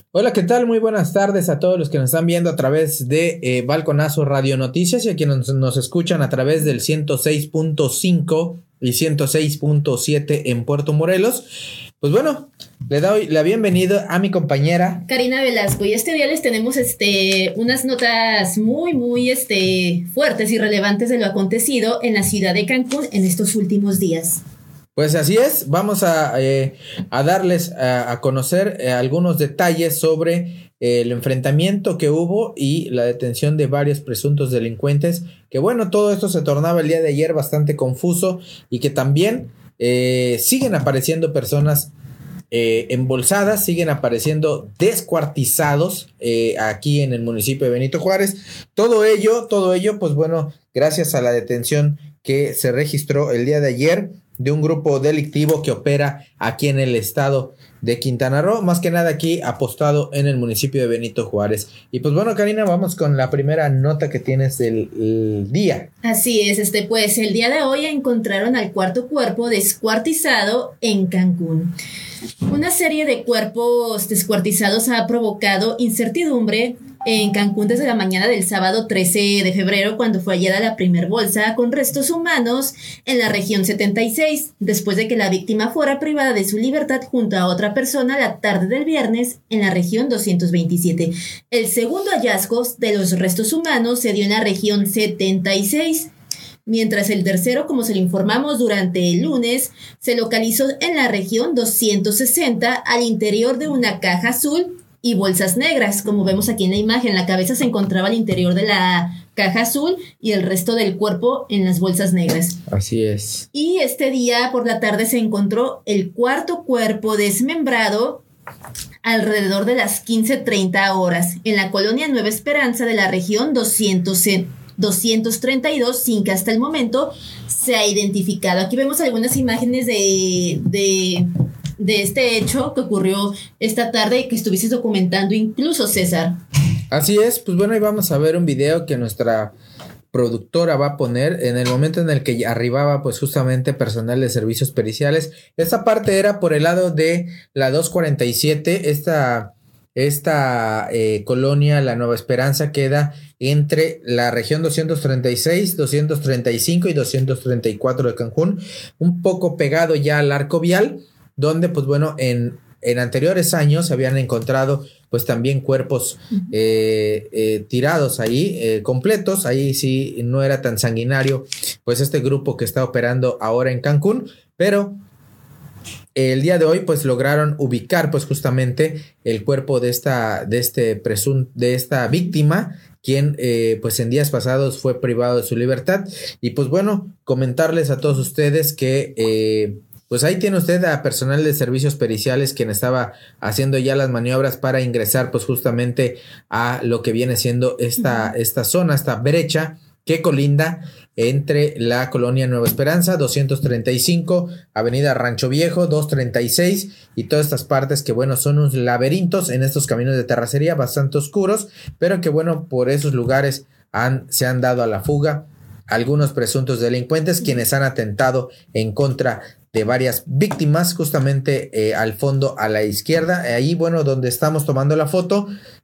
Hola, ¿qué tal? Muy buenas tardes a todos los que nos están viendo a través de Balconazo Radio Noticias y a quienes nos escuchan a través del 106.5 y 106.7 en Puerto Morelos. Pues bueno, le doy la bienvenida a mi compañera Karina Velasco, y este día les tenemos unas notas muy fuertes y relevantes de lo acontecido en la ciudad de Cancún en estos últimos días. Pues así es, vamos a darles a conocer algunos detalles sobre el enfrentamiento que hubo y la detención de varios presuntos delincuentes, que bueno, todo esto se tornaba el día de ayer bastante confuso y que también siguen apareciendo personas embolsadas, siguen apareciendo descuartizados aquí en el municipio de Benito Juárez. Todo ello, pues bueno, gracias a la detención que se registró el día de ayer de un grupo delictivo que opera aquí en el estado de Quintana Roo, más que nada aquí apostado en el municipio de Benito Juárez. Y pues bueno, Karina, vamos con la primera nota que tienes del día. Así es, pues el día de hoy encontraron al cuarto cuerpo descuartizado en Cancún. Una serie de cuerpos descuartizados ha provocado incertidumbre en Cancún desde la mañana del sábado 13 de febrero, cuando fue hallada la primer bolsa con restos humanos en la región 76, después de que la víctima fuera privada de su libertad junto a otra persona la tarde del viernes en la región 227. El segundo hallazgo de los restos humanos se dio en la región 76. Mientras el tercero, como se lo informamos durante el lunes, se localizó en la región 260 al interior de una caja azul y bolsas negras. Como vemos aquí en la imagen, la cabeza se encontraba al interior de la caja azul y el resto del cuerpo en las bolsas negras. Así es. Y este día por la tarde se encontró el cuarto cuerpo desmembrado alrededor de las 15:30 horas en la colonia Nueva Esperanza de la región 232, sin que hasta el momento se ha identificado. Aquí vemos algunas imágenes de este hecho que ocurrió esta tarde, que estuviste documentando incluso, César. Así es, pues bueno, ahí vamos a ver un video que nuestra productora va a poner en el momento en el que arribaba pues justamente personal de servicios periciales. Esta parte era por el lado de la 247, esta colonia, la Nueva Esperanza, queda entre la región 236, 235 y 234 de Cancún, un poco pegado ya al arco vial, donde pues bueno, en anteriores años se habían encontrado pues también cuerpos tirados ahí, completos. Ahí sí no era tan sanguinario pues este grupo que está operando ahora en Cancún, pero el día de hoy pues lograron ubicar pues justamente el cuerpo de esta víctima, quien pues en días pasados fue privado de su libertad. Y pues bueno, comentarles a todos ustedes que pues ahí tiene usted a personal de servicios periciales quien estaba haciendo ya las maniobras para ingresar pues justamente a lo que viene siendo esta zona, esta brecha que colinda entre la colonia Nueva Esperanza, 235, Avenida Rancho Viejo, 236 y todas estas partes que bueno, son unos laberintos en estos caminos de terracería bastante oscuros, pero que bueno, por esos lugares se han dado a la fuga algunos presuntos delincuentes quienes han atentado en contra de varias víctimas, justamente al fondo a la izquierda, ahí bueno, donde estamos tomando la foto,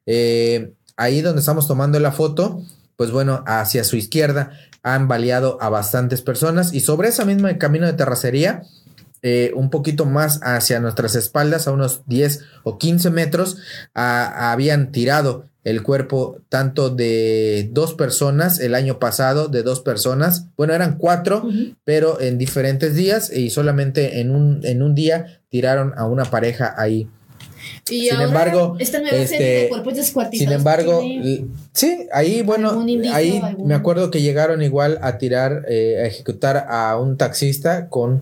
pues bueno, hacia su izquierda han baleado a bastantes personas, y sobre esa misma camino de terracería, un poquito más hacia nuestras espaldas, a unos 10 o 15 metros, habían tirado el cuerpo tanto de 2 personas el año pasado, de 2 personas, bueno, eran 4, pero en diferentes días, y solamente en un día tiraron a una pareja ahí. Y sin embargo, esta nueva serie de cuerpos descuartizados. Sin embargo, sí, ahí bueno, ahí me acuerdo que llegaron igual a tirar, a ejecutar a un taxista con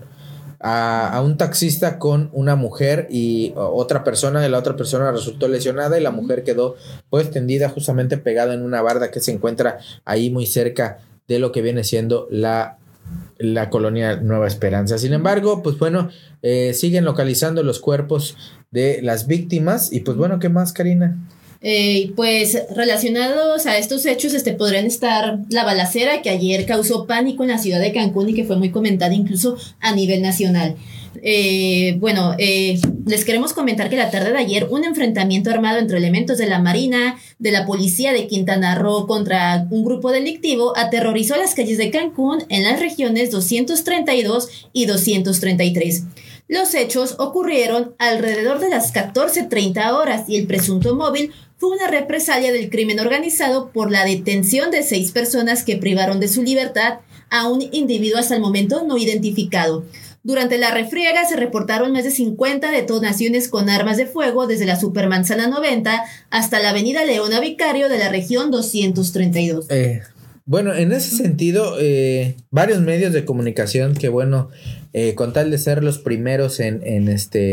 una mujer y otra persona, y la otra persona resultó lesionada y la mujer quedó pues tendida justamente pegada en una barda que se encuentra ahí muy cerca de lo que viene siendo la colonia Nueva Esperanza. Sin embargo, pues bueno, siguen localizando los cuerpos de las víctimas. Y pues bueno, ¿qué más, Karina? Pues relacionados a estos hechos podrían estar la balacera que ayer causó pánico en la ciudad de Cancún y que fue muy comentada incluso a nivel nacional. Les queremos comentar que la tarde de ayer un enfrentamiento armado entre elementos de la Marina, de la Policía de Quintana Roo contra un grupo delictivo aterrorizó las calles de Cancún en las regiones 232 y 233. Los hechos ocurrieron alrededor de las 14:30 horas y el presunto móvil fue una represalia del crimen organizado por la detención de 6 personas que privaron de su libertad a un individuo hasta el momento no identificado. Durante la refriega se reportaron más de 50 detonaciones con armas de fuego desde la Supermanzana 90 hasta la avenida Leona Vicario de la región 232. Bueno, en ese sentido, varios medios de comunicación que, con tal de ser los primeros en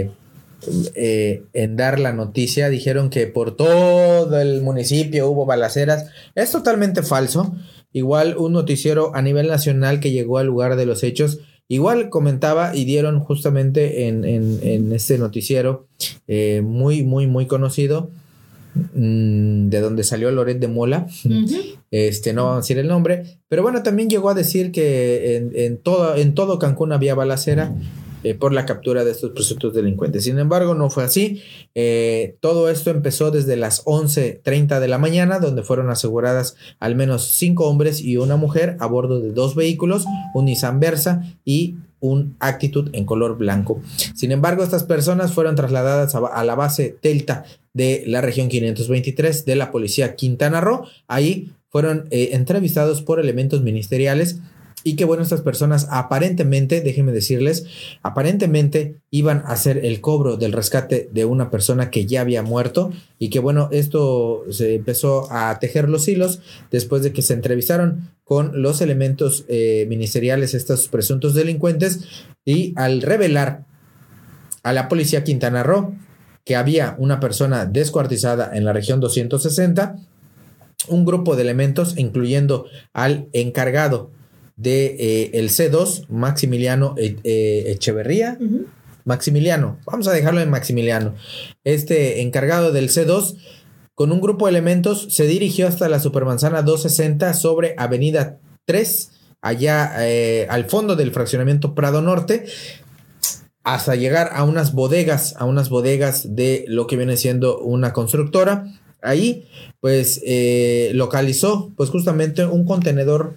dar la noticia, dijeron que por todo el municipio hubo balaceras. Es totalmente falso. Igual un noticiero a nivel nacional que llegó al lugar de los hechos, igual comentaba y dieron justamente en este noticiero muy, muy, muy conocido, de donde salió Loret de Mola. No vamos a decir el nombre, pero bueno, también llegó a decir que en todo Cancún había balacera por la captura de estos presuntos delincuentes. Sin embargo, no fue así. Todo esto empezó desde las 11:30 de la mañana, donde fueron aseguradas al menos 5 hombres y una mujer a bordo de 2 vehículos, un Nissan Versa y un Actitude en color blanco. Sin embargo, estas personas fueron trasladadas a la base Delta de la región 523 de la Policía Quintana Roo. Ahí fueron entrevistados por elementos ministeriales. Y que estas personas aparentemente, déjenme decirles, iban a hacer el cobro del rescate de una persona que ya había muerto. Y que esto se empezó a tejer los hilos después de que se entrevistaron con los elementos ministeriales, estos presuntos delincuentes. Y al revelar a la Policía Quintana Roo que había una persona descuartizada en la región 260, un grupo de elementos, incluyendo al encargado de el C2, Maximiliano Echeverría. Maximiliano, vamos a dejarlo en Maximiliano. Este encargado del C2, con un grupo de elementos, se dirigió hasta la Supermanzana 260 sobre Avenida 3, allá al fondo del fraccionamiento Prado Norte, hasta llegar a unas bodegas de lo que viene siendo una constructora. Ahí, localizó, justamente un contenedor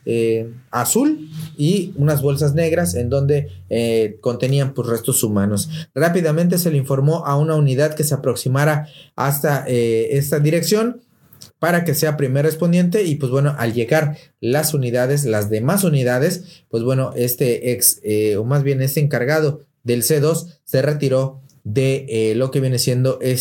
azul y unas bolsas negras en donde contenían restos humanos. Rápidamente se le informó a una unidad que se aproximara hasta esta dirección para que sea primer respondiente. Y al llegar las demás unidades, este encargado del C2 se retiró de lo que viene siendo de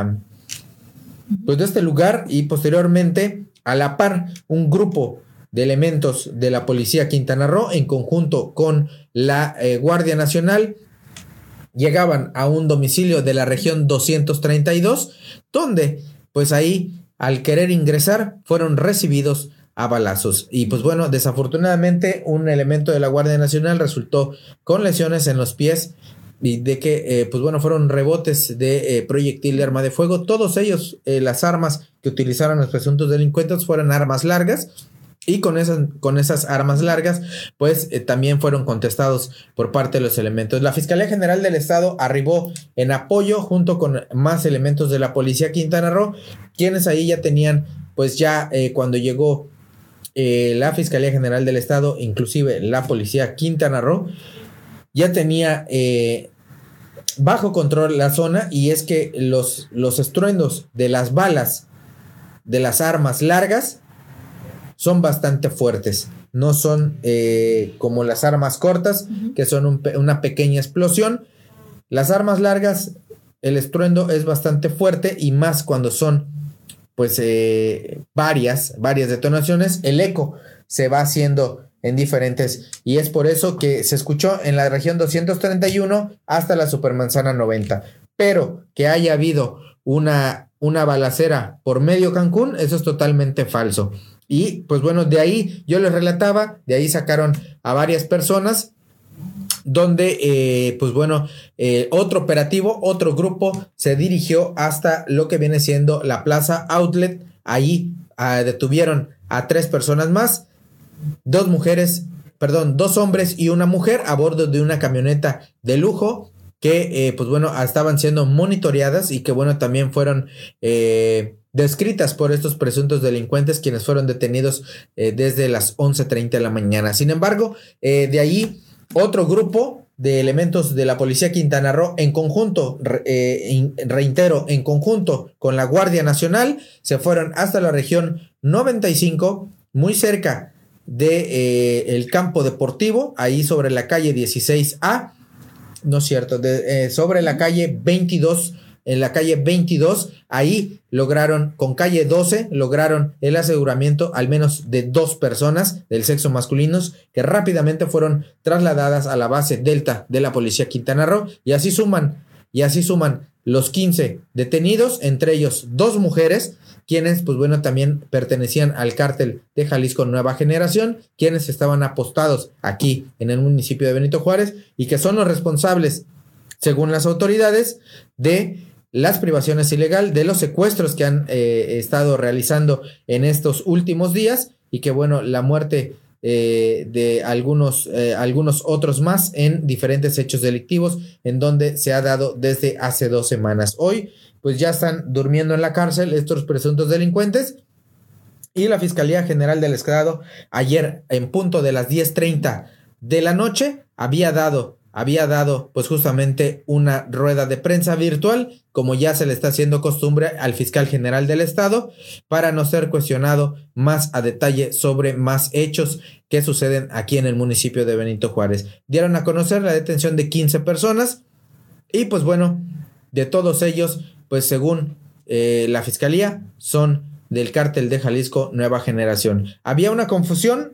este lugar. Y posteriormente, a la par, un grupo de elementos de la Policía Quintana Roo, en conjunto con la Guardia Nacional, llegaban a un domicilio de la región 232, donde ahí, al querer ingresar, fueron recibidos a balazos. Y desafortunadamente un elemento de la Guardia Nacional resultó con lesiones en los pies, y de que fueron rebotes de proyectil de arma de fuego. Todos ellos, las armas que utilizaron los presuntos delincuentes fueron armas largas. Y con esas armas largas, también fueron contestados por parte de los elementos. La Fiscalía General del Estado arribó en apoyo junto con más elementos de la Policía Quintana Roo, quienes ahí ya tenían, cuando llegó la Fiscalía General del Estado, inclusive la Policía Quintana Roo, ya tenía bajo control la zona. Y es que los estruendos de las balas de las armas largas son bastante fuertes. No son como las armas cortas, que son una pequeña explosión. Las armas largas, el estruendo es bastante fuerte, y más cuando son varias detonaciones, el eco se va haciendo en diferentes, y es por eso que se escuchó en la región 231 hasta la Supermanzana 90. Pero que haya habido una balacera por medio Cancún, eso es totalmente falso. Y de ahí yo les relataba, de ahí sacaron a varias personas, donde otro operativo, otro grupo se dirigió hasta lo que viene siendo la Plaza Outlet. Ahí detuvieron a 3 personas más, 2 mujeres, 2 hombres y una mujer a bordo de una camioneta de lujo que pues bueno, estaban siendo monitoreadas y que bueno, también fueron descritas por estos presuntos delincuentes, quienes fueron detenidos desde las 11:30 de la mañana. Sin embargo, de ahí otro grupo de elementos de la Policía Quintana Roo en conjunto, reitero, en conjunto con la Guardia Nacional, se fueron hasta la región 95, muy cerca de el campo deportivo, ahí sobre la calle 16A, no es cierto, sobre la calle 22, en la calle 22, ahí lograron, con calle 12, lograron el aseguramiento al menos de 2 personas del sexo masculino que rápidamente fueron trasladadas a la base Delta de la Policía Quintana Roo y así suman los 15 detenidos, entre ellos 2 mujeres, quienes pues bueno también pertenecían al cártel de Jalisco Nueva Generación, quienes estaban apostados aquí en el municipio de Benito Juárez y que son los responsables, según las autoridades, de las privaciones ilegales, de los secuestros que han estado realizando en estos últimos días y que bueno, la muerte de algunos otros más en diferentes hechos delictivos en donde se ha dado desde hace 2 semanas. Hoy pues ya están durmiendo en la cárcel estos presuntos delincuentes y la Fiscalía General del Estado ayer en punto de las 10:30 de la noche había dado pues justamente una rueda de prensa virtual, como ya se le está haciendo costumbre al fiscal general del estado, para no ser cuestionado más a detalle sobre más hechos que suceden aquí en el municipio de Benito Juárez. Dieron a conocer la detención de 15 personas y pues bueno, de todos ellos, pues según la fiscalía, son del cártel de Jalisco Nueva Generación. Había una confusión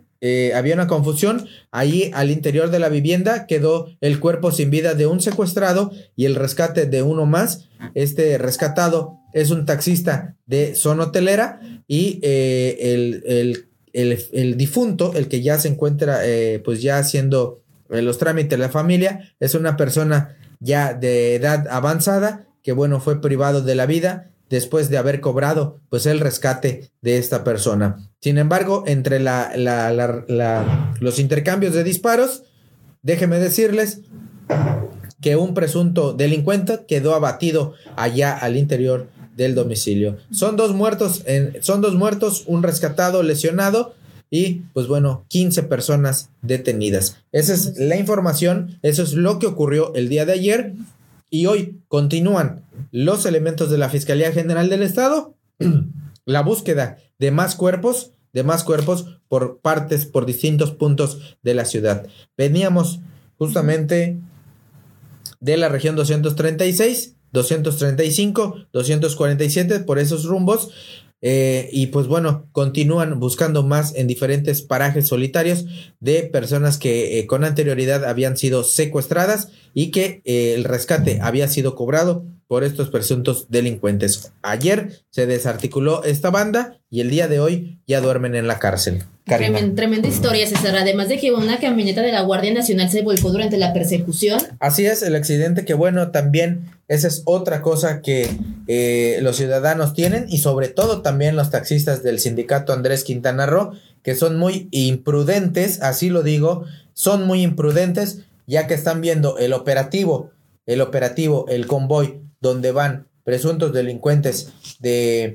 ahí al interior de la vivienda. Quedó el cuerpo sin vida de un secuestrado y el rescate de uno más. Este rescatado es un taxista de zona hotelera y el difunto, el que ya se encuentra pues ya haciendo los trámites de la familia, es una persona ya de edad avanzada que bueno, fue privado de la vida después de haber cobrado pues el rescate de esta persona. Sin embargo, entre los intercambios de disparos, déjenme decirles que un presunto delincuente quedó abatido allá al interior del domicilio. Son dos muertos, un rescatado lesionado y pues bueno, 15 personas detenidas. Esa es la información, eso es lo que ocurrió el día de ayer. Y hoy continúan los elementos de la Fiscalía General del Estado, la búsqueda de más cuerpos por distintos puntos de la ciudad. Veníamos justamente de la región 236, 235, 247, por esos rumbos. Y pues bueno, continúan buscando más en diferentes parajes solitarios de personas que con anterioridad habían sido secuestradas y que el rescate había sido cobrado por estos presuntos delincuentes. Ayer se desarticuló esta banda y el día de hoy ya duermen en la cárcel. Tremenda historia, César. Además de que una camioneta de la Guardia Nacional se volcó durante la persecución. Así es, el accidente que bueno, también esa es otra cosa que los ciudadanos tienen y sobre todo también los taxistas del sindicato Andrés Quintana Roo, que son muy imprudentes, así lo digo, son muy imprudentes, ya que están viendo el operativo, el convoy donde van presuntos delincuentes de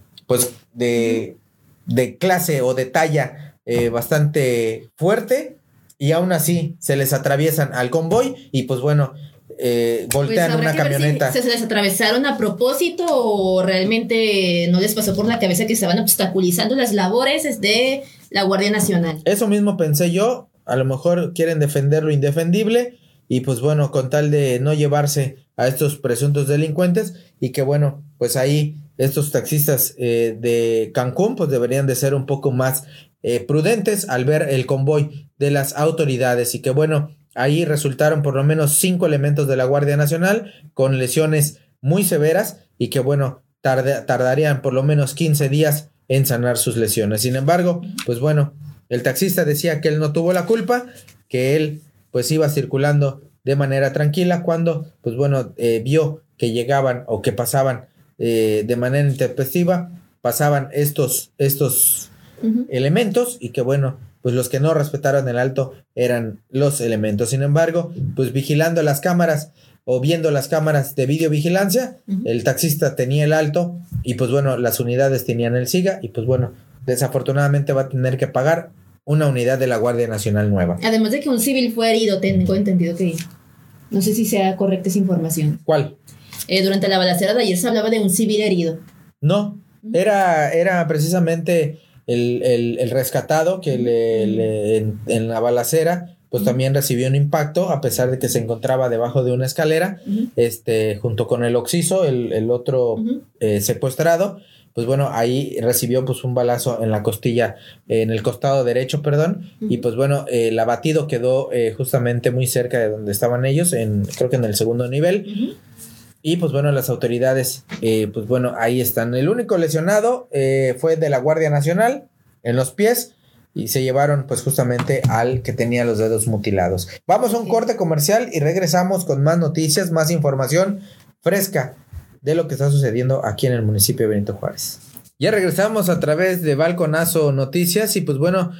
clase o de talla bastante fuerte y aún así se les atraviesan al convoy y pues bueno, voltean una camioneta. Si se les atravesaron a propósito o realmente no les pasó por la cabeza que estaban obstaculizando las labores de la Guardia Nacional. Eso mismo pensé yo, a lo mejor quieren defender lo indefendible y pues bueno, con tal de no llevarse a estos presuntos delincuentes y que bueno, pues ahí estos taxistas de Cancún pues deberían de ser un poco más prudentes al ver el convoy de las autoridades y que bueno, ahí resultaron por lo menos 5 elementos de la Guardia Nacional con lesiones muy severas y que bueno, tardarían por lo menos 15 días en sanar sus lesiones. Sin embargo, pues bueno, el taxista decía que él no tuvo la culpa, que él pues iba circulando de manera tranquila cuando pues bueno, vio que llegaban o que pasaban de manera intempestiva, pasaban estos elementos y que bueno, pues los que no respetaron el alto eran los elementos. Sin embargo, pues vigilando las cámaras o viendo las cámaras de videovigilancia, el taxista tenía el alto y pues bueno, las unidades tenían el SIGA y pues bueno, desafortunadamente va a tener que pagar una unidad de la Guardia Nacional nueva. Además de que un civil fue herido, tengo entendido que... No sé si sea correcta esa información. ¿Cuál? Durante la balacera de ayer se hablaba de un civil herido. No, era precisamente el rescatado que en la balacera pues también recibió un impacto a pesar de que se encontraba debajo de una escalera, junto con el occiso, el otro secuestrado. Pues bueno, ahí recibió pues un balazo en la costilla, en el costado derecho, perdón, y pues bueno, el abatido quedó justamente muy cerca de donde estaban ellos, creo que en el segundo nivel. Y pues bueno, las autoridades, pues bueno, ahí están. El único lesionado fue de la Guardia Nacional en los pies y se llevaron pues justamente al que tenía los dedos mutilados. Vamos a un corte comercial y regresamos con más noticias, más información fresca de lo que está sucediendo aquí en el municipio de Benito Juárez. Ya regresamos a través de Balconazo Noticias y pues bueno,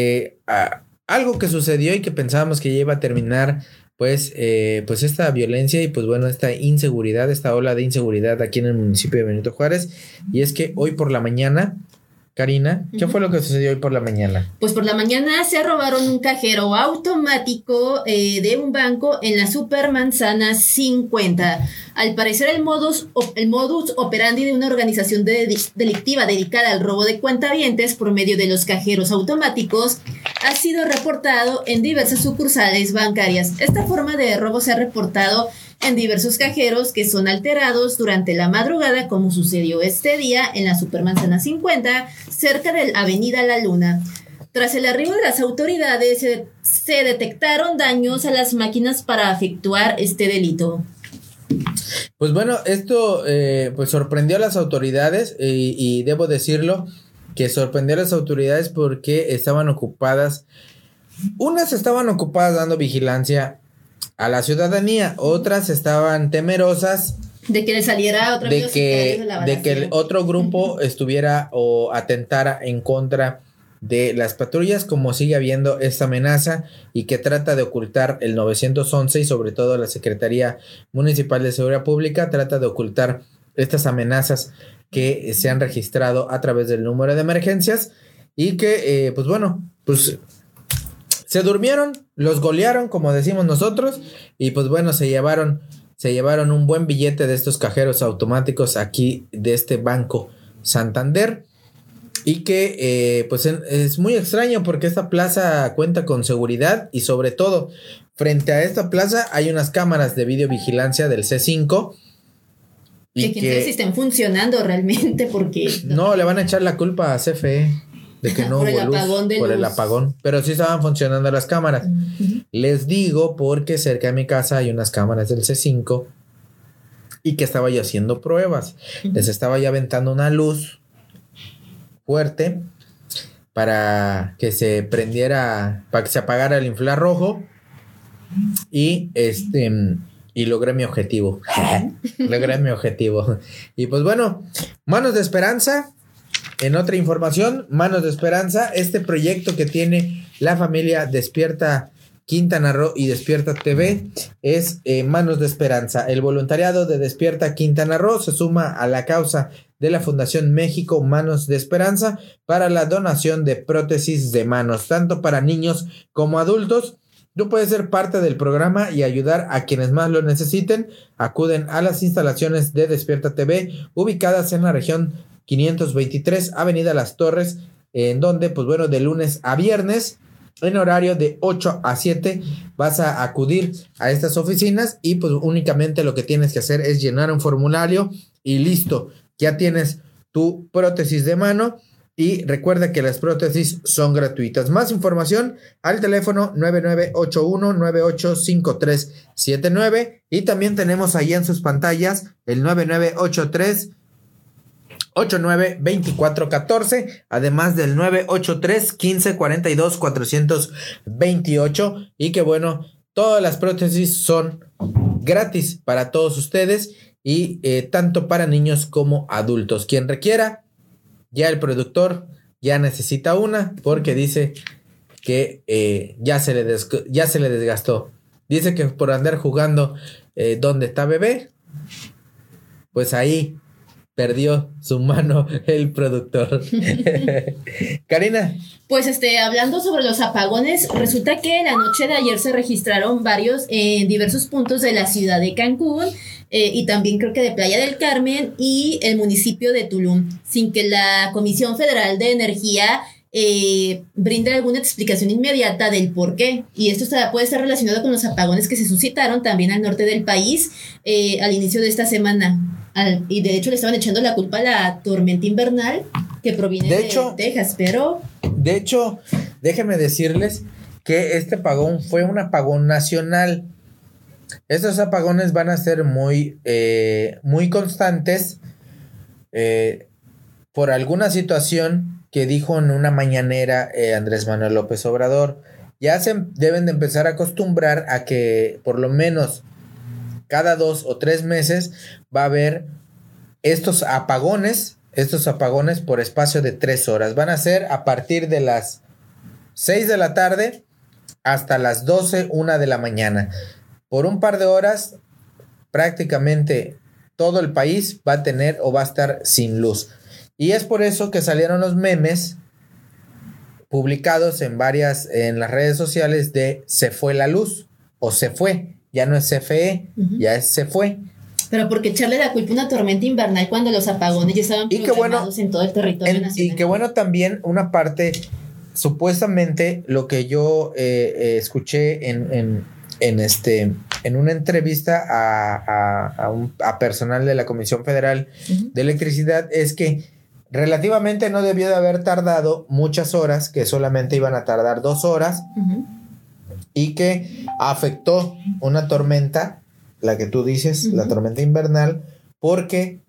algo que sucedió y que pensábamos que ya iba a terminar pues esta violencia y pues bueno, esta inseguridad, esta ola de inseguridad aquí en el municipio de Benito Juárez, y es que hoy por la mañana, Karina, ¿qué fue lo que sucedió hoy por la mañana? Pues por la mañana se robaron un cajero automático de un banco en la Supermanzana 50. Al parecer el modus operandi de una organización delictiva dedicada al robo de cuentavientes por medio de los cajeros automáticos ha sido reportado en diversas sucursales bancarias. Esta forma de robo se ha reportado en diversos cajeros que son alterados durante la madrugada, como sucedió este día en la Supermanzana 50, cerca de la Avenida La Luna. Tras el arribo de las autoridades, se detectaron daños a las máquinas para efectuar este delito. Pues bueno, esto pues sorprendió a las autoridades y debo decirlo que sorprendió a las autoridades porque estaban ocupadas. Unas estaban ocupadas dando vigilancia a la ciudadanía, otras estaban temerosas de que le saliera otra vez de que el otro grupo estuviera o atentara en contra de las patrullas, como sigue habiendo esta amenaza y que trata de ocultar el 911 y sobre todo la Secretaría Municipal de Seguridad Pública trata de ocultar estas amenazas que se han registrado a través del número de emergencias y que pues bueno, pues se durmieron, los golearon como decimos nosotros y pues bueno, se llevaron un buen billete de estos cajeros automáticos aquí de este Banco Santander y que pues es muy extraño porque esta plaza cuenta con seguridad y sobre todo frente a esta plaza hay unas cámaras de videovigilancia del C5 y que quién sabe si estén funcionando realmente porque no le van a echar la culpa a CFE de que no hubo luz por el apagón, pero sí estaban funcionando las cámaras. Les digo porque cerca de mi casa hay unas cámaras del C5 y que estaba yo haciendo pruebas. Les estaba ya aventando una luz fuerte para que se prendiera, para que se apagara el infrarrojo y y logré mi objetivo. Y pues bueno, Manos de Esperanza. En otra información, Manos de Esperanza, este proyecto que tiene la familia Despierta Quintana Roo y Despierta TV es Manos de Esperanza. El voluntariado de Despierta Quintana Roo se suma a la causa de la Fundación México Manos de Esperanza para la donación de prótesis de manos, tanto para niños como adultos. Tú puedes ser parte del programa y ayudar a quienes más lo necesiten. Acuden a las instalaciones de Despierta TV ubicadas en la región 523 Avenida Las Torres, en donde pues bueno, de lunes a viernes en horario de 8 a 7 vas a acudir a estas oficinas y pues únicamente lo que tienes que hacer es llenar un formulario y listo, ya tienes tu prótesis de mano. Y recuerda que las prótesis son gratuitas. Más información al teléfono 9981-985379. Y también tenemos ahí en sus pantallas el 9983-892414. Además del 983-1542-428. Y que bueno, todas las prótesis son gratis para todos ustedes. Y tanto para niños como adultos. Quien requiera. Ya el productor ya necesita una porque dice que ya se le desgastó. Dice que por andar jugando donde está bebé, pues ahí perdió su mano el productor. Karina. Pues hablando sobre los apagones, resulta que la noche de ayer se registraron varios en diversos puntos de la ciudad de Cancún y también creo que de Playa del Carmen y el municipio de Tulum, sin que la Comisión Federal de Energía brinde alguna explicación inmediata del por qué. Y esto puede estar relacionado con los apagones que se suscitaron también al norte del país al inicio de esta semana. Y de hecho le estaban echando la culpa a la tormenta invernal que proviene de Texas, pero... De hecho, déjenme decirles que este apagón fue un apagón nacional. Estos apagones van a ser muy constantes por alguna situación que dijo en una mañanera Andrés Manuel López Obrador. Ya se deben de empezar a acostumbrar a que por lo menos cada 2 o 3 meses va a haber estos apagones por espacio de 3 horas. Van a ser a partir de las 6 de la tarde hasta las 12, 1 de la mañana. Por un par de horas, prácticamente todo el país va a tener o va a estar sin luz. Y es por eso que salieron los memes publicados en las redes sociales de se fue la luz o se fue. Ya no es CFE, ya es se fue. Pero porque echarle la culpa a una tormenta invernal cuando los apagones ya estaban programados en todo el territorio nacional. Y que bueno, también una parte, supuestamente lo que yo escuché en una entrevista a personal de la Comisión Federal de Electricidad es que relativamente no debió de haber tardado muchas horas, que solamente iban a tardar 2 horas, y que afectó una tormenta, la que tú dices, la tormenta invernal, porque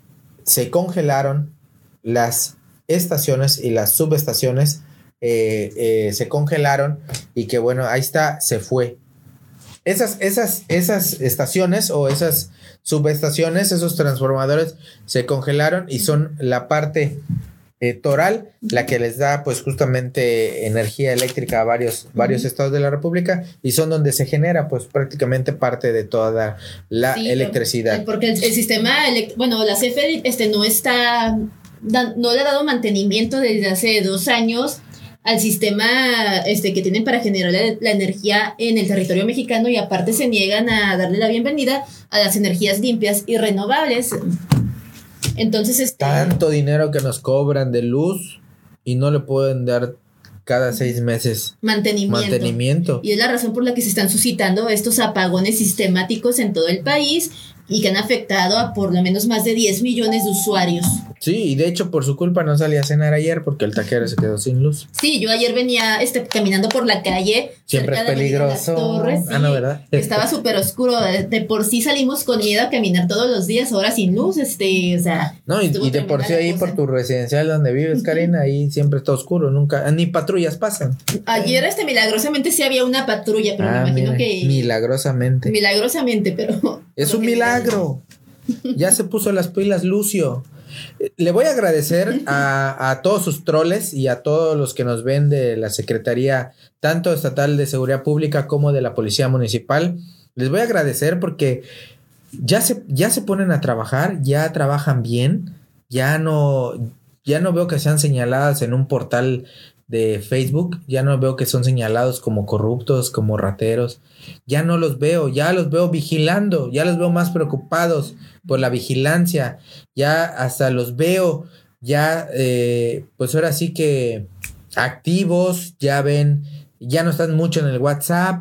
se congelaron las estaciones y las subestaciones, se congelaron, y que bueno, ahí está, se fue. Esas estaciones o esas subestaciones, esos transformadores se congelaron y son la parte toral, la que les da pues justamente energía eléctrica a varios estados de la República, y son donde se genera pues prácticamente parte de toda la electricidad. Porque el sistema, la CFE no le ha dado mantenimiento desde hace 2 años al sistema que tienen para generar la energía en el territorio mexicano, y aparte se niegan a darle la bienvenida a las energías limpias y renovables. Entonces tanto dinero que nos cobran de luz y no le pueden dar cada 6 meses mantenimiento. Y es la razón por la que se están suscitando estos apagones sistemáticos en todo el país y que han afectado a por lo menos más de 10 millones de usuarios. Sí, y de hecho por su culpa no salí a cenar ayer porque el taquero se quedó sin luz. Sí, yo ayer venía caminando por la calle. Siempre es peligroso. Torres, sí, no, ¿verdad? Estaba súper oscuro. De por sí salimos con miedo a caminar todos los días, ahora sin luz, o sea. No, y de por sí ahí por tu residencial donde vives, Karina, ahí siempre está oscuro, nunca, ni patrullas pasan. Ayer milagrosamente sí había una patrulla, pero me imagino que. Milagrosamente, pero. Es un milagro. Ya se puso las pilas Lucio. Le voy a agradecer a todos sus troles y a todos los que nos ven de la Secretaría, tanto estatal de Seguridad Pública como de la Policía Municipal. Les voy a agradecer porque ya se ponen a trabajar, ya trabajan bien, ya no veo que sean señaladas en un portal de Facebook, ya no veo que son señalados como corruptos, como rateros. Ya no los veo, ya los veo vigilando, ya los veo más preocupados por la vigilancia, ya hasta los veo ya pues ahora sí que activos, ya ven, ya no están mucho en el WhatsApp.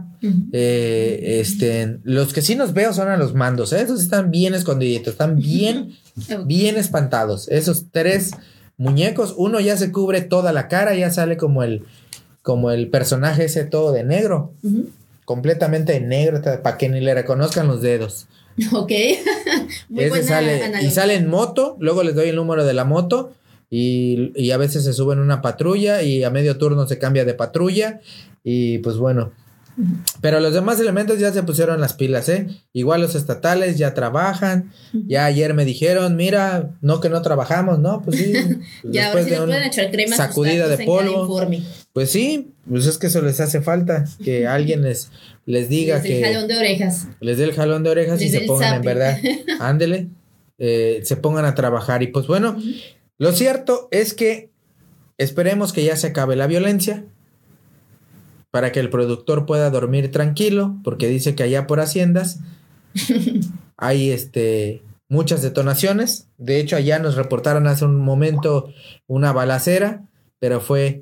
Los que sí nos veo son a los mandos, esos están bien escondiditos, están bien espantados, esos 3 muñecos. Uno ya se cubre toda la cara, ya sale como el personaje ese todo de negro. Completamente de negro, para que ni le reconozcan los dedos. Ok. Ese sale en moto, luego les doy el número de la moto, y a veces se sube en una patrulla y a medio turno se cambia de patrulla, y pues bueno. Pero los demás elementos ya se pusieron las pilas, igual los estatales ya trabajan. Ya ayer me dijeron, mira, no que no trabajamos, no, pues sí. Ya ahora sí le pueden echar crema sacudida de polvo. Pues sí, pues es que eso les hace falta, que alguien les diga que... Les dé el jalón de orejas. Les dé el jalón de orejas y se pongan en verdad, ándele, se pongan a trabajar. Y pues bueno, lo cierto es que esperemos que ya se acabe la violencia para que el productor pueda dormir tranquilo, porque dice que allá por Haciendas hay muchas detonaciones. De hecho, allá nos reportaron hace un momento una balacera, pero fue...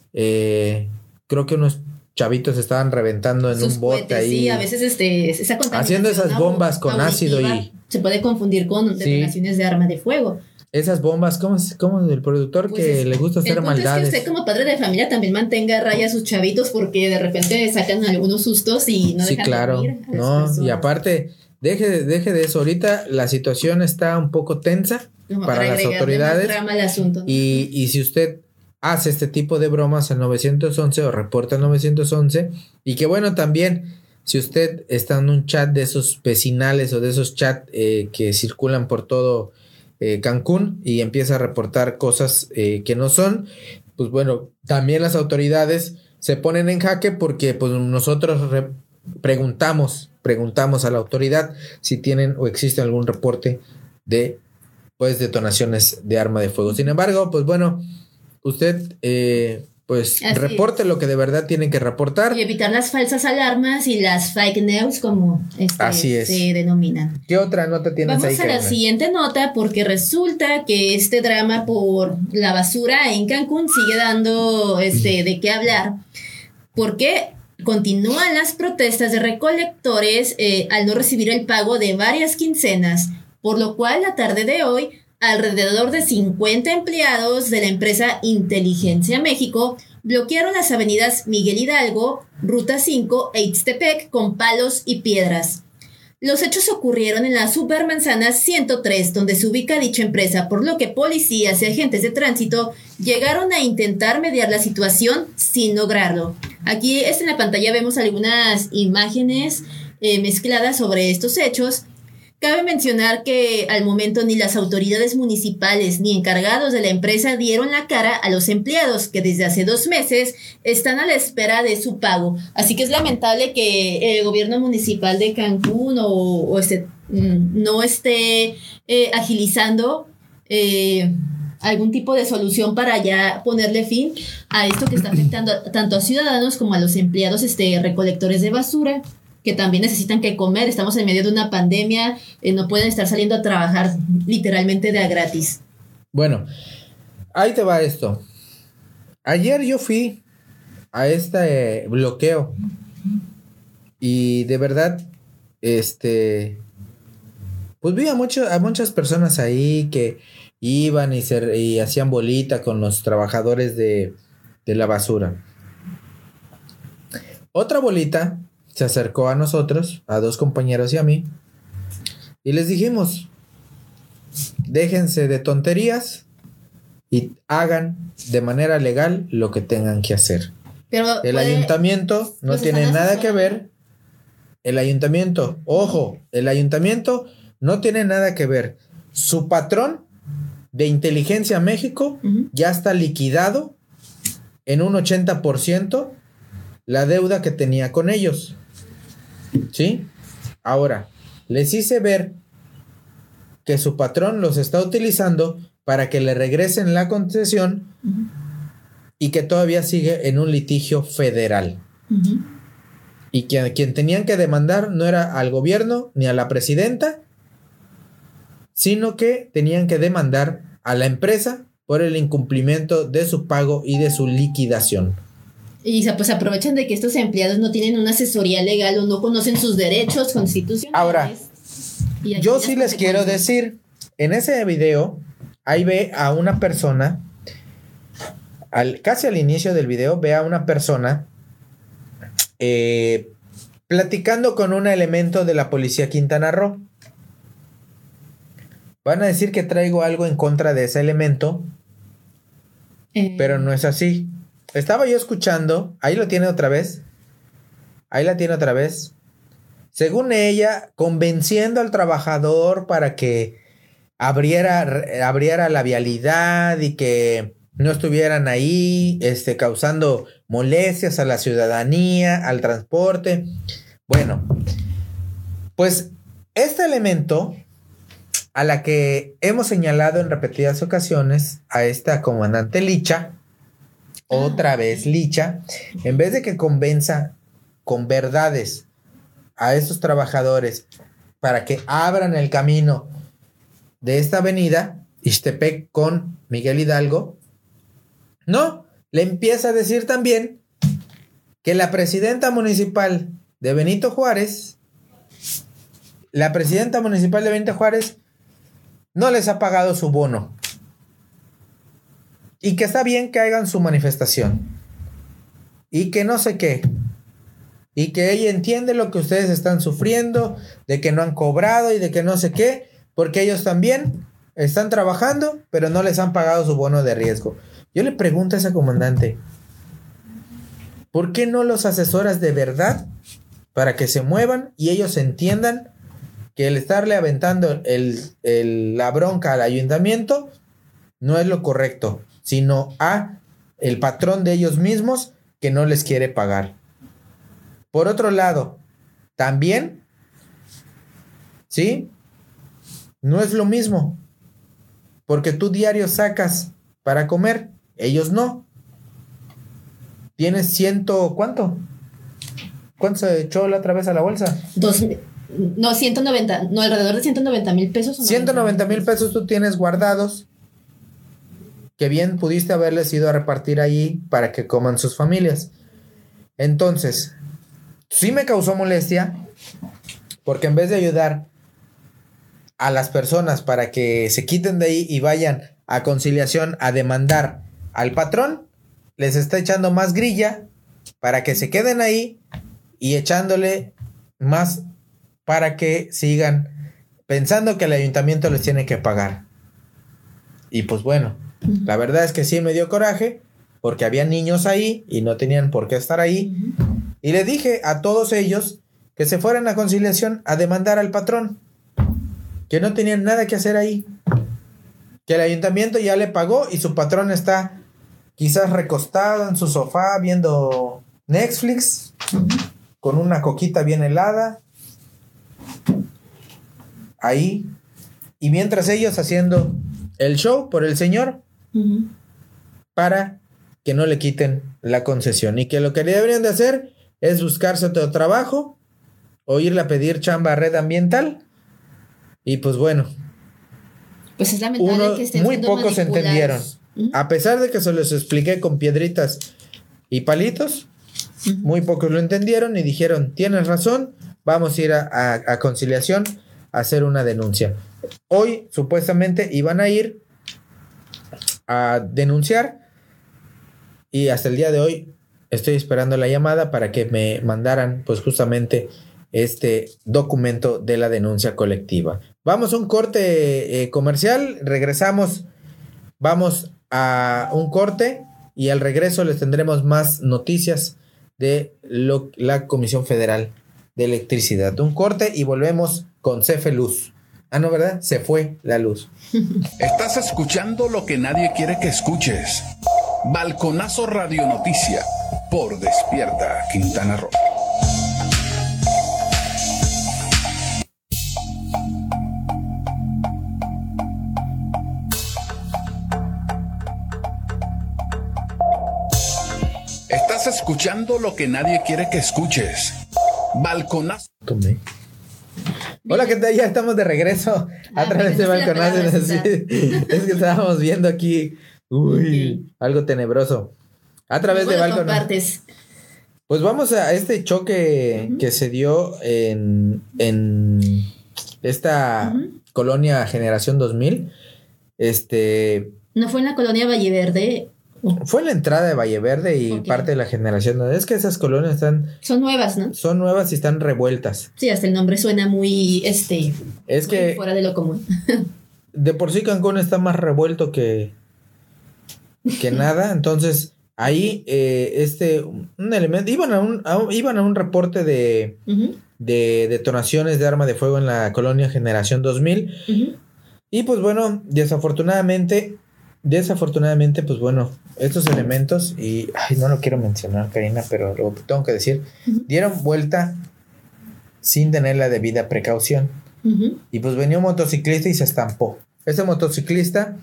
creo que unos chavitos estaban reventando en un bote ahí. Sí, a veces esa contaminación haciendo esas bombas con ácido y... Se puede confundir con detonaciones de arma de fuego. Esas bombas, ¿cómo el productor pues que le gusta hacer maldades? Es que usted como padre de familia también mantenga a raya a sus chavitos porque de repente sacan algunos sustos y no dejan dormir. No, y aparte, deje de eso. Ahorita la situación está un poco tensa para las autoridades. Al asunto, ¿no? Y si usted hace este tipo de bromas al 911 o reporta al 911, y que bueno, también si usted está en un chat de esos vecinales o de esos chats que circulan por todo Cancún y empieza a reportar cosas que no son, pues bueno, también las autoridades se ponen en jaque porque pues nosotros preguntamos a la autoridad si tienen o existe algún reporte de pues detonaciones de arma de fuego. Sin embargo, pues bueno, usted pues así reporte lo que de verdad tiene que reportar. Y evitar las falsas alarmas y las fake news como así es. Se denominan. ¿Qué otra nota tienes ahí? Vamos a la siguiente nota porque resulta que este drama por la basura en Cancún sigue dando de qué hablar. Porque continúan las protestas de recolectores al no recibir el pago de varias quincenas, por lo cual la tarde de hoy alrededor de 50 empleados de la empresa Inteligencia México bloquearon las avenidas Miguel Hidalgo, Ruta 5 e Ixtepec con palos y piedras. Los hechos ocurrieron en la Supermanzana 103, donde se ubica dicha empresa, por lo que policías y agentes de tránsito llegaron a intentar mediar la situación sin lograrlo. Aquí en la pantalla vemos algunas imágenes mezcladas sobre estos hechos. Cabe mencionar que al momento ni las autoridades municipales ni encargados de la empresa dieron la cara a los empleados que desde hace 2 meses están a la espera de su pago. Así que es lamentable que el gobierno municipal de Cancún no esté agilizando algún tipo de solución para ya ponerle fin a esto que está afectando tanto a ciudadanos como a los empleados recolectores de basura, que también necesitan que comer. Estamos en medio de una pandemia, no pueden estar saliendo a trabajar literalmente de a gratis. Bueno, ahí te va esto. Ayer yo fui a este bloqueo y de verdad, pues vi a muchas personas ahí que iban y hacían bolita con los trabajadores de la basura. Otra bolita se acercó a nosotros, a 2 compañeros y a mí, y les dijimos: déjense de tonterías y hagan de manera legal lo que tengan que hacer. Pero el ayuntamiento no tiene nada que ver. El ayuntamiento no tiene nada que ver. Su patrón de Inteligencia México ya está liquidado en un 80% la deuda que tenía con ellos. ¿Sí? Ahora, les hice ver que su patrón los está utilizando para que le regresen la concesión y que todavía sigue en un litigio federal. Y que a quien tenían que demandar no era al gobierno ni a la presidenta, sino que tenían que demandar a la empresa por el incumplimiento de su pago y de su liquidación. Y pues aprovechan de que estos empleados no tienen una asesoría legal o no conocen sus derechos constitucionales. Ahora, yo sí les quiero decir, en ese video, ahí ve a una persona, casi al inicio del video, ve a una persona platicando con un elemento de la policía Quintana Roo. Van a decir que traigo algo en contra de ese elemento, pero no es así. Estaba yo escuchando, ahí la tiene otra vez, según ella, convenciendo al trabajador para que abriera la vialidad y que no estuvieran ahí causando molestias a la ciudadanía, al transporte. Bueno, pues este elemento a la que hemos señalado en repetidas ocasiones a esta comandante Licha, otra vez Licha, en vez de que convenza con verdades a estos trabajadores para que abran el camino de esta avenida, Ixtepec con Miguel Hidalgo, no, le empieza a decir también que la presidenta municipal de Benito Juárez, no les ha pagado su bono y que está bien que hagan su manifestación y que no sé qué y que ella entiende lo que ustedes están sufriendo, de que no han cobrado y de que no sé qué, porque ellos también están trabajando, pero no les han pagado su bono de riesgo. Yo le pregunto a esa comandante, ¿por qué no los asesoras de verdad para que se muevan y ellos entiendan que el estarle aventando la bronca al ayuntamiento no es lo correcto, sino a el patrón de ellos mismos que no les quiere pagar? Por otro lado, también, ¿sí? No es lo mismo, porque tú diario sacas para comer, ellos no. Tienes ¿cuánto? ¿Cuánto se echó la otra vez a la bolsa? 190, no, alrededor de 190,000 pesos. 190,000 pesos tú tienes guardados, que bien pudiste haberles ido a repartir ahí para que coman sus familias. Entonces, sí me causó molestia, porque en vez de ayudar a las personas para que se quiten de ahí y vayan a conciliación a demandar al patrón, les está echando más grilla para que se queden ahí y echándole más para que sigan pensando que el ayuntamiento les tiene que pagar. Y pues bueno, la verdad es que sí me dio coraje, porque había niños ahí y no tenían por qué estar ahí. Y le dije a todos ellos que se fueran a conciliación a demandar al patrón, que no tenían nada que hacer ahí, que el ayuntamiento ya le pagó y su patrón está quizás recostado en su sofá viendo Netflix con una coquita bien helada ahí, y mientras ellos haciendo el show por el señor para que no le quiten la concesión, y que lo que deberían de hacer es buscarse otro trabajo o irle a pedir chamba a Red Ambiental. Y pues bueno, pues es lamentable que estén muy pocos entendieron. A pesar de que se los expliqué con piedritas y palitos, muy pocos lo entendieron y dijeron, tienes razón, vamos a ir a conciliación a hacer una denuncia. Hoy supuestamente iban a ir a denunciar y hasta el día de hoy estoy esperando la llamada para que me mandaran pues justamente este documento de la denuncia colectiva. Vamos a un corte comercial, regresamos, vamos a un corte y al regreso les tendremos más noticias de la Comisión Federal de Electricidad. Un corte y volvemos con CFE Luz. Ah, no, ¿verdad? Se fue la luz. Estás escuchando lo que nadie quiere que escuches. Balconazo Radio Noticia por Despierta Quintana Roo. Estás escuchando lo que nadie quiere que escuches. Balconazo. Hola, ¿qué tal? Ya estamos de regreso a través de Balconazo. Es que estábamos viendo aquí algo tenebroso. A través de Balconazo. Pues vamos a este choque que se dio en esta colonia Generación 2000. No fue en la colonia Valle Verde. Fue en la entrada de Valle Verde y parte de la Generación. Es que esas colonias son nuevas, ¿no? Son nuevas y están revueltas. Sí, hasta el nombre suena muy es muy que fuera de lo común. De por sí Cancún está más revuelto que nada. Entonces ahí un elemento iban a un reporte de detonaciones de arma de fuego en la colonia Generación 2000. Y pues bueno, desafortunadamente desafortunadamente, pues bueno, estos elementos, y no lo quiero mencionar, Karina, pero lo tengo que decir, dieron vuelta sin tener la debida precaución. Y pues venía un motociclista y se estampó. Este motociclista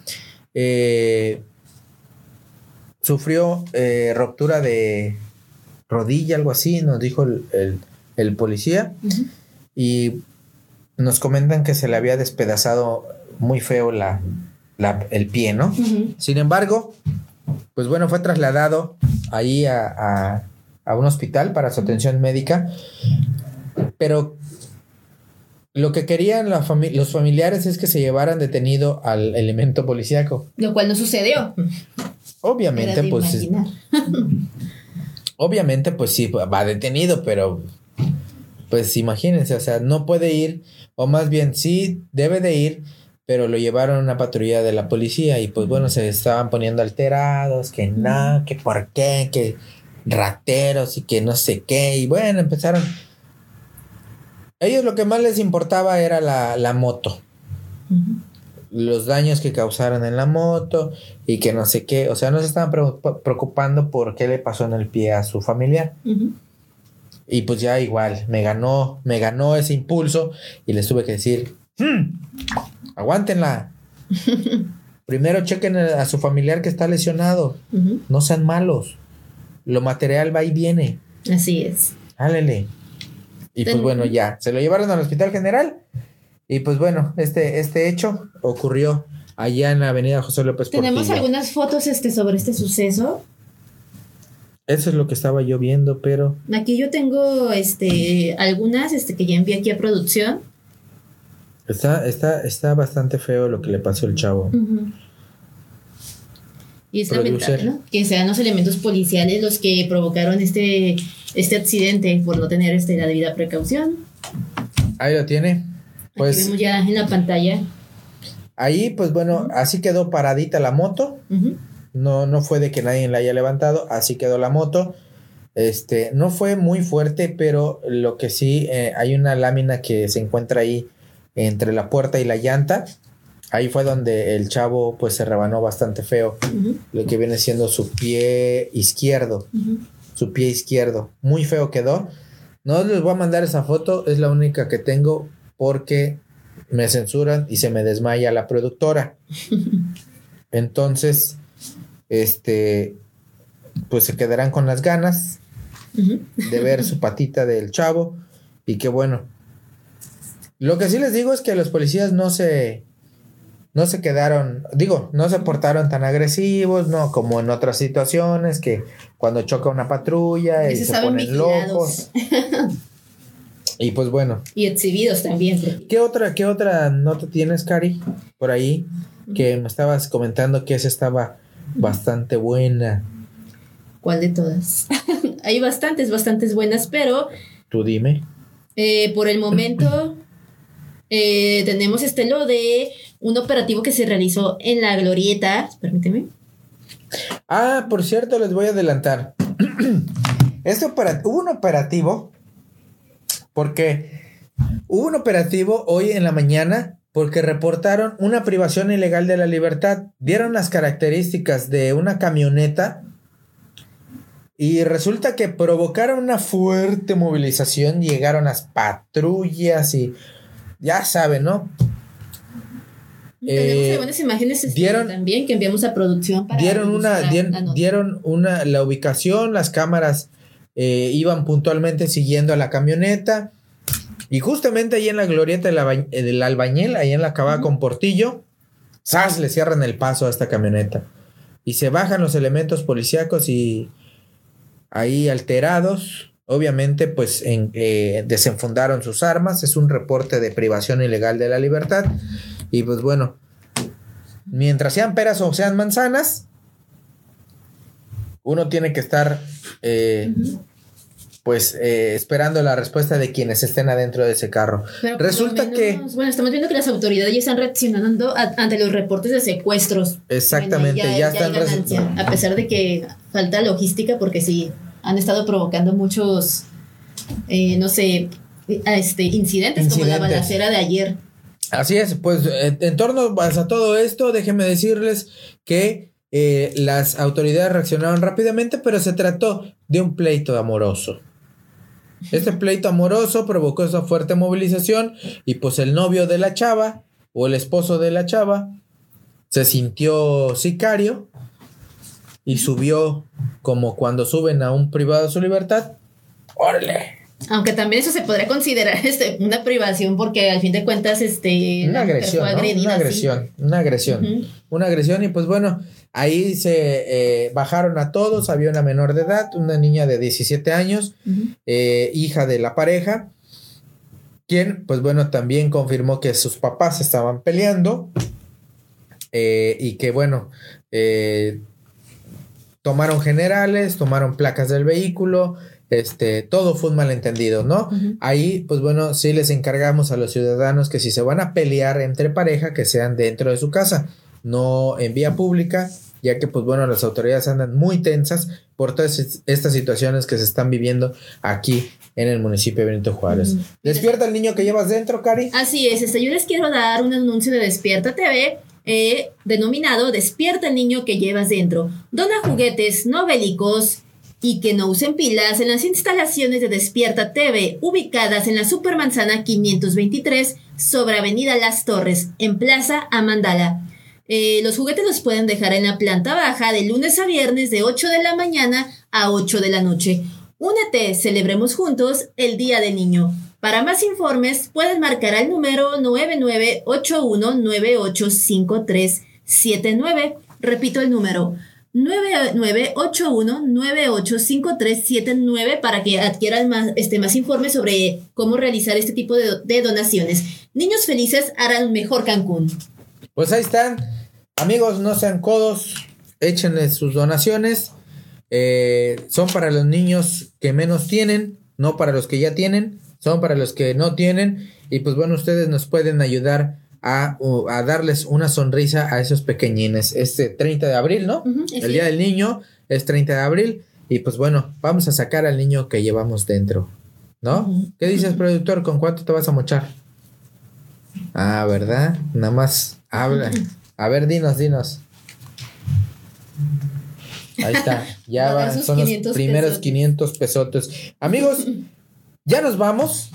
sufrió ruptura de rodilla, algo así, nos dijo el policía. Y nos comentan que se le había despedazado muy feo el pie, ¿no? Sin embargo, pues bueno, fue trasladado ahí a un hospital para su atención médica. Pero lo que querían los familiares es que se llevaran detenido al elemento policíaco. Lo cual no sucedió. Obviamente, pues. Obviamente, pues sí, va detenido, pero pues imagínense, o sea, no puede ir, o más bien sí debe de ir, pero lo llevaron a una patrulla de la policía y pues bueno, se estaban poniendo alterados, que no, que por qué, que rateros y que no sé qué, y bueno, empezaron. Ellos lo que más les importaba era la moto. Los daños que causaron en la moto y que no sé qué. O sea, no se estaban preocupando por qué le pasó en el pie a su familiar. Y pues ya igual, me ganó ese impulso y les tuve que decir, aguántenla. Primero chequen a su familiar que está lesionado. No sean malos. Lo material va y viene. Así es. Álele. Y pues bueno, ya, se lo llevaron al Hospital General. Y pues bueno, este hecho ocurrió allá en la avenida José López Portillo. Tenemos algunas fotos sobre este suceso. Eso es lo que estaba yo viendo, pero... Aquí yo tengo algunas que ya envié aquí a producción. Está bastante feo lo que le pasó al chavo. Y es lamentable, ¿no? Que sean los elementos policiales los que provocaron este accidente por no tener la debida precaución. Ahí lo tiene. Pues aquí vemos ya en la pantalla. Ahí, pues bueno, así quedó paradita la moto. No fue de que nadie la haya levantado, así quedó la moto. No fue muy fuerte, pero lo que sí, hay una lámina que se encuentra ahí entre la puerta y la llanta. Ahí fue donde el chavo pues se rebanó bastante feo. Lo que viene siendo su pie izquierdo. Su pie izquierdo. Muy feo quedó. No les voy a mandar esa foto, es la única que tengo porque me censuran y se me desmaya la productora. Entonces, pues se quedarán con las ganas de ver su patita del chavo. Y qué bueno. Lo que sí les digo es que los policías no se quedaron, no se portaron tan agresivos, no como en otras situaciones que cuando choca una patrulla y se ponen vigilados. Locos. Y pues bueno. Y exhibidos también. ¿Qué otra nota tienes, Cari? Por ahí, que me estabas comentando que esa estaba bastante buena. ¿Cuál de todas? Hay bastantes buenas, pero... Tú dime. Por el momento... tenemos lo de un operativo que se realizó en la Glorieta. Permíteme. Por cierto, les voy a adelantar. Hubo un operativo hoy en la mañana porque reportaron una privación ilegal de la libertad. Vieron las características de una camioneta y resulta que provocaron una fuerte movilización. Llegaron las patrullas y ya saben, ¿no? Tenemos algunas imágenes también que enviamos a producción para dieron la ubicación, las cámaras iban puntualmente siguiendo a la camioneta y justamente ahí en la glorieta del Albañil, ahí en la Cabada con Portillo, ¡zas!, le cierran el paso a esta camioneta y se bajan los elementos policíacos y ahí alterados. Obviamente, pues desenfundaron sus armas. Es un reporte de privación ilegal de la libertad. Y pues bueno, mientras sean peras o sean manzanas, uno tiene que estar esperando la respuesta de quienes estén adentro de ese carro. Pero resulta que... Bueno, estamos viendo que las autoridades ya están reaccionando ante los reportes de secuestros. Exactamente, bueno, ya están a pesar de que falta logística, porque sí han estado provocando muchos incidentes como la balacera de ayer. Así es, pues en torno a todo esto, déjenme decirles que las autoridades reaccionaron rápidamente, pero se trató de un pleito amoroso. Este pleito amoroso provocó esa fuerte movilización y pues el novio de la chava o el esposo de la chava se sintió sicario y subió como cuando suben a un privado de su libertad. ¡Órale! Aunque también eso se podría considerar una privación, porque al fin de cuentas una agresión, ¿no? Una agresión y pues bueno, ahí se bajaron a todos. Había una menor de edad, una niña de 17 años, hija de la pareja, quien pues bueno también confirmó que sus papás estaban peleando y que bueno, tomaron generales, tomaron placas del vehículo. Todo fue un malentendido, ¿no? Ahí, pues bueno, sí les encargamos a los ciudadanos que si se van a pelear entre pareja, que sean dentro de su casa, no en vía pública, ya que, pues bueno, las autoridades andan muy tensas por todas estas situaciones que se están viviendo aquí en el municipio de Benito Juárez. ¿Despierta el niño que llevas dentro, Cari? Así es, yo les quiero dar un anuncio de Despierta TV, denominado Despierta el niño que llevas dentro. Dona juguetes no bélicos y que no usen pilas en las instalaciones de Despierta TV, ubicadas en la Supermanzana 523, sobre Avenida Las Torres, en Plaza Amandala. Los juguetes los pueden dejar en la planta baja de lunes a viernes de 8 de la mañana a 8 de la noche. Únete, celebremos juntos el Día del Niño. Para más informes, pueden marcar al número 9981985379. Repito el número 9981985379 para que adquieran más informes sobre cómo realizar este tipo de donaciones. Niños felices harán mejor Cancún. Pues ahí están, amigos, no sean codos, échenle sus donaciones. Son para los niños que menos tienen, no para los que ya tienen, son para los que no tienen. Y pues bueno, ustedes nos pueden ayudar a darles una sonrisa a esos pequeñines. 30 de abril, ¿no? El Día del Niño es 30 de abril. Y pues bueno, vamos a sacar al niño que llevamos dentro, ¿no? ¿Qué dices, productor? ¿Con cuánto te vas a mochar? Ah, ¿verdad? Nada más habla. A ver, dinos. Ahí está. Ya son los primeros 500 pesotes. Amigos, ya nos vamos.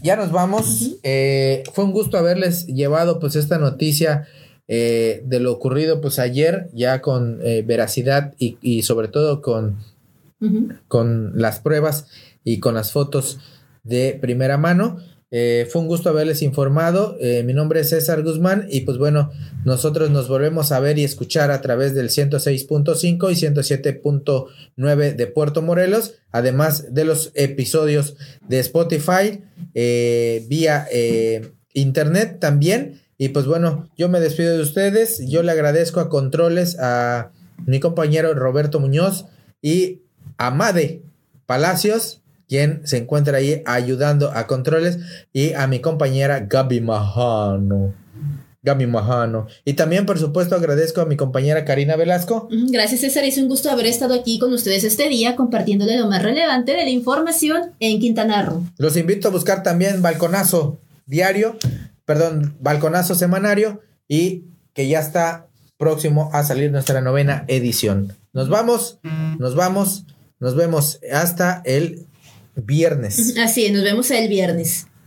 Fue un gusto haberles llevado pues esta noticia de lo ocurrido pues ayer, ya con veracidad y sobre todo con las pruebas y con las fotos de primera mano. Fue un gusto haberles informado. Mi nombre es César Guzmán y pues bueno, nosotros nos volvemos a ver y escuchar a través del 106.5 y 107.9 de Puerto Morelos, además de los episodios de Spotify, vía internet también. Y pues bueno, yo me despido de ustedes. Yo le agradezco a Controles a mi compañero Roberto Muñoz y a Made Palacios, quien se encuentra ahí ayudando a Controles, y a mi compañera Gaby Majano. Y también, por supuesto, agradezco a mi compañera Karina Velasco. Gracias, César. Es un gusto haber estado aquí con ustedes este día, compartiéndole lo más relevante de la información en Quintana Roo. Los invito a buscar también Balconazo Semanario, y que ya está próximo a salir nuestra 9ª edición. Nos vemos hasta el viernes. Así es, nos vemos el viernes.